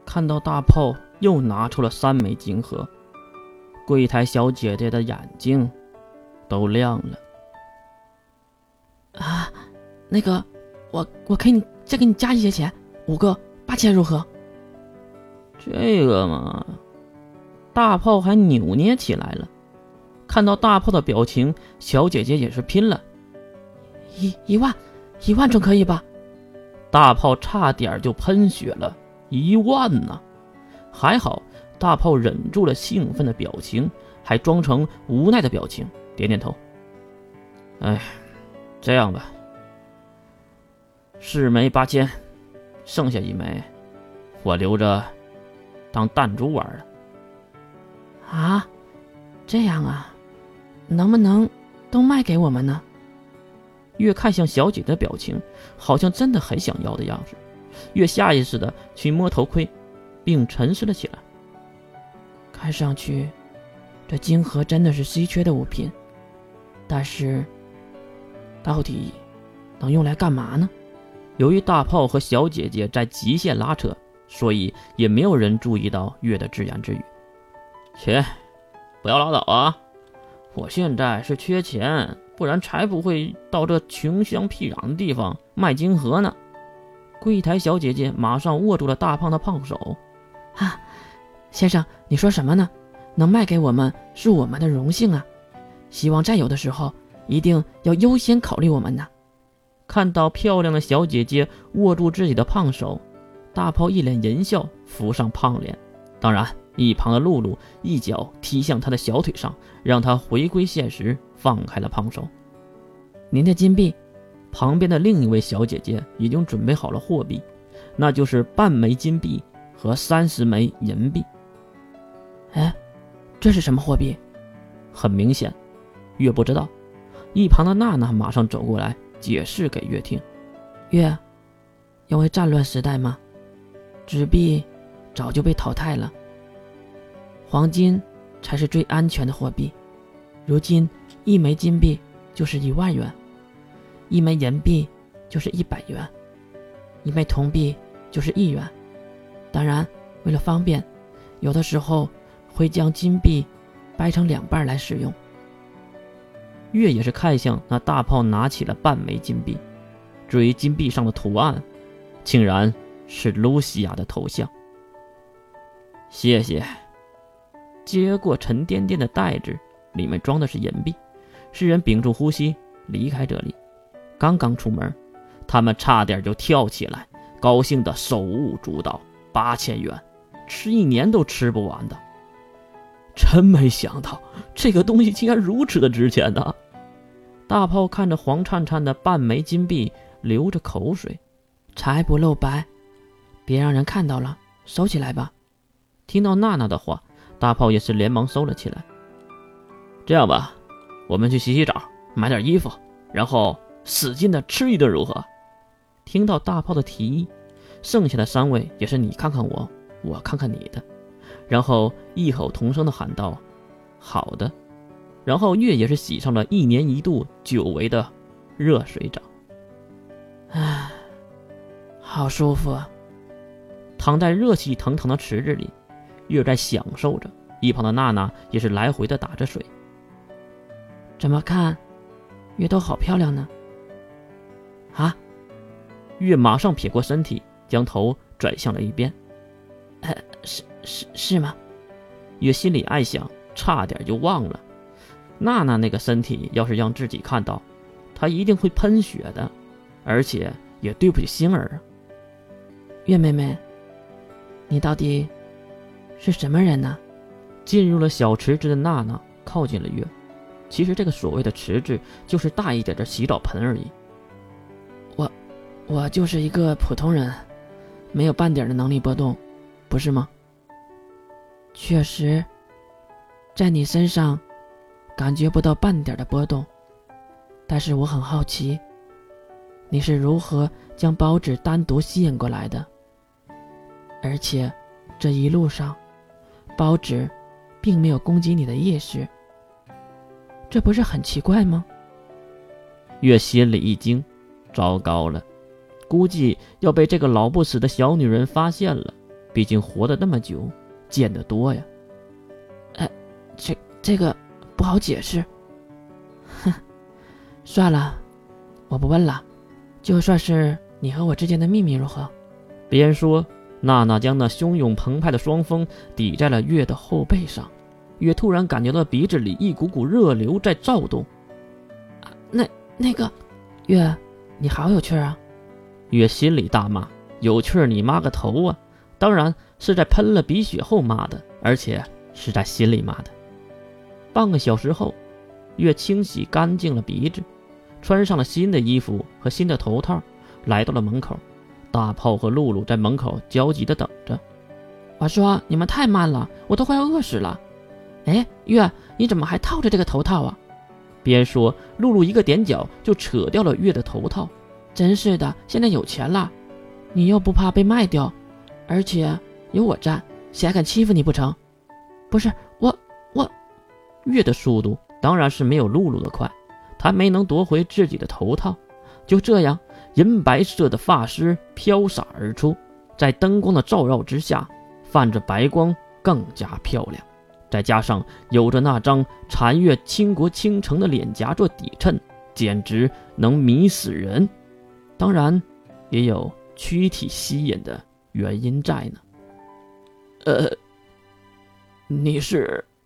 看到大炮又拿出了3枚金盒，柜台小姐姐的眼睛都亮了。 啊，那个，我可以再给你加一些钱，5个8000如何？ 这个嘛，大炮还扭捏起来了。看到大炮的表情，小姐姐也是拼了。 1万总可以吧？ 大炮差点就喷血了，1万呢！还好大炮忍住了兴奋的表情，还装成无奈的表情，点点头。哎，这样吧，4枚8000，剩下1枚我留着当弹珠玩了。 啊，这样啊，能不能都卖给我们呢？ 月看向小姐的表情，好像真的很想要的样子。月下意识的去摸头盔，并沉思了起来。 看上去，这金盒真的是稀缺的物品，但是，到底能用来干嘛呢？ 由于大炮和小姐姐在极限拉扯，所以也没有人注意到月的只言只语。切，不要唠叨啊！我现在是缺钱，不然才不会到这穷乡僻壤的地方卖金盒呢。柜台小姐姐马上握住了大胖的胖手。 啊，先生，你说什么呢？能卖给我们是我们的荣幸啊！希望再有的时候一定要优先考虑我们呢。 看到漂亮的小姐姐握住自己的胖手，大炮一脸淫笑，扶上胖脸。当然，一旁的露露一脚踢向他的小腿上，让他回归现实，放开了胖手。 您的金币。 旁边的另一位小姐姐已经准备好了货币，那就是半枚金币和30枚银币。 哎，这是什么货币？ 很明显，月不知道。一旁的娜娜马上走过来解释给月听。 月，因为战乱时代嘛，纸币早就被淘汰了，黄金才是最安全的货币。如今1枚金币就是1万元，1枚银币就是100元，1枚铜币就是1元。当然，为了方便，有的时候会将金币掰成2半来使用。 月也是看向那大炮拿起了半枚金币，至于金币上的图案，竟然是露西亚的头像。谢谢。接过沉甸甸的袋子，里面装的是银币。世人屏住呼吸离开这里。刚刚出门，他们差点就跳起来，高兴的手舞足蹈。8000元，吃1年都吃不完的。真没想到这个东西竟然如此的值钱呢！大炮看着黄灿灿的半枚金币，流着口水。 财不露白，别让人看到了，收起来吧。 听到娜娜的话，大炮也是连忙收了起来。这样吧，我们去洗洗澡，买点衣服，然后使劲的吃一顿如何？听到大炮的提议，剩下的3位也是你看看我，我看看你的，然后异口同声的喊道：好的。然后月也是洗上了1年1度久违的热水澡。 唉，好舒服啊。 躺在热气腾腾的池子里，月在享受着，一旁的娜娜也是来回的打着水。 怎么看月都好漂亮呢？啊！ 月马上撇过身体，将头转向了一边。 是吗？ 月心里暗想，差点就忘了，娜娜那个身体要是让自己看到，她一定会喷血的，而且也对不起星儿啊。 月妹妹，你到底是什么人呢？ 进入了小池子的娜娜靠近了月。其实这个所谓的池子就是大一点的洗澡盆而已。 我就是一个普通人，没有半点的能力波动，不是吗？确实，在你身上感觉不到半点的波动，但是我很好奇，你是如何将包子单独吸引过来的？而且这一路上，包子并没有攻击你的意识，这不是很奇怪吗？ 月心里一惊，糟糕了，估计要被这个老不死的小女人发现了， 毕竟活得那么久，见得多呀。 这个不好解释。哼，算了，我不问了。就算是你和我之间的秘密如何？ 边说，娜娜将那汹涌澎湃的双峰抵在了月的后背上。月突然感觉到鼻子里一股股热流在躁动。 那个，月，你好有趣啊！ 月心里大骂：有趣你妈个头啊！当然是在喷了鼻血后骂的，而且是在心里骂的。半个小时后，月清洗干净了鼻子，穿上了新的衣服和新的头套，来到了门口。大炮和露露在门口焦急地等着。 我说你们太慢了，我都快要饿死了。哎，月，你怎么还套着这个头套啊？ 边说，露露一个踮脚就扯掉了月的头套。 真是的，现在有钱了，你又不怕被卖掉，而且有我在，谁还敢欺负你不成？不是我。 月的速度当然是没有露露的快，他没能夺回自己的头套。就这样，银白色的发丝飘洒而出，在灯光的照耀之下，泛着白光，更加漂亮。再加上有着那张残月倾国倾城的脸颊做底衬，简直能迷死人。当然也有躯体吸引的原因在呢。你是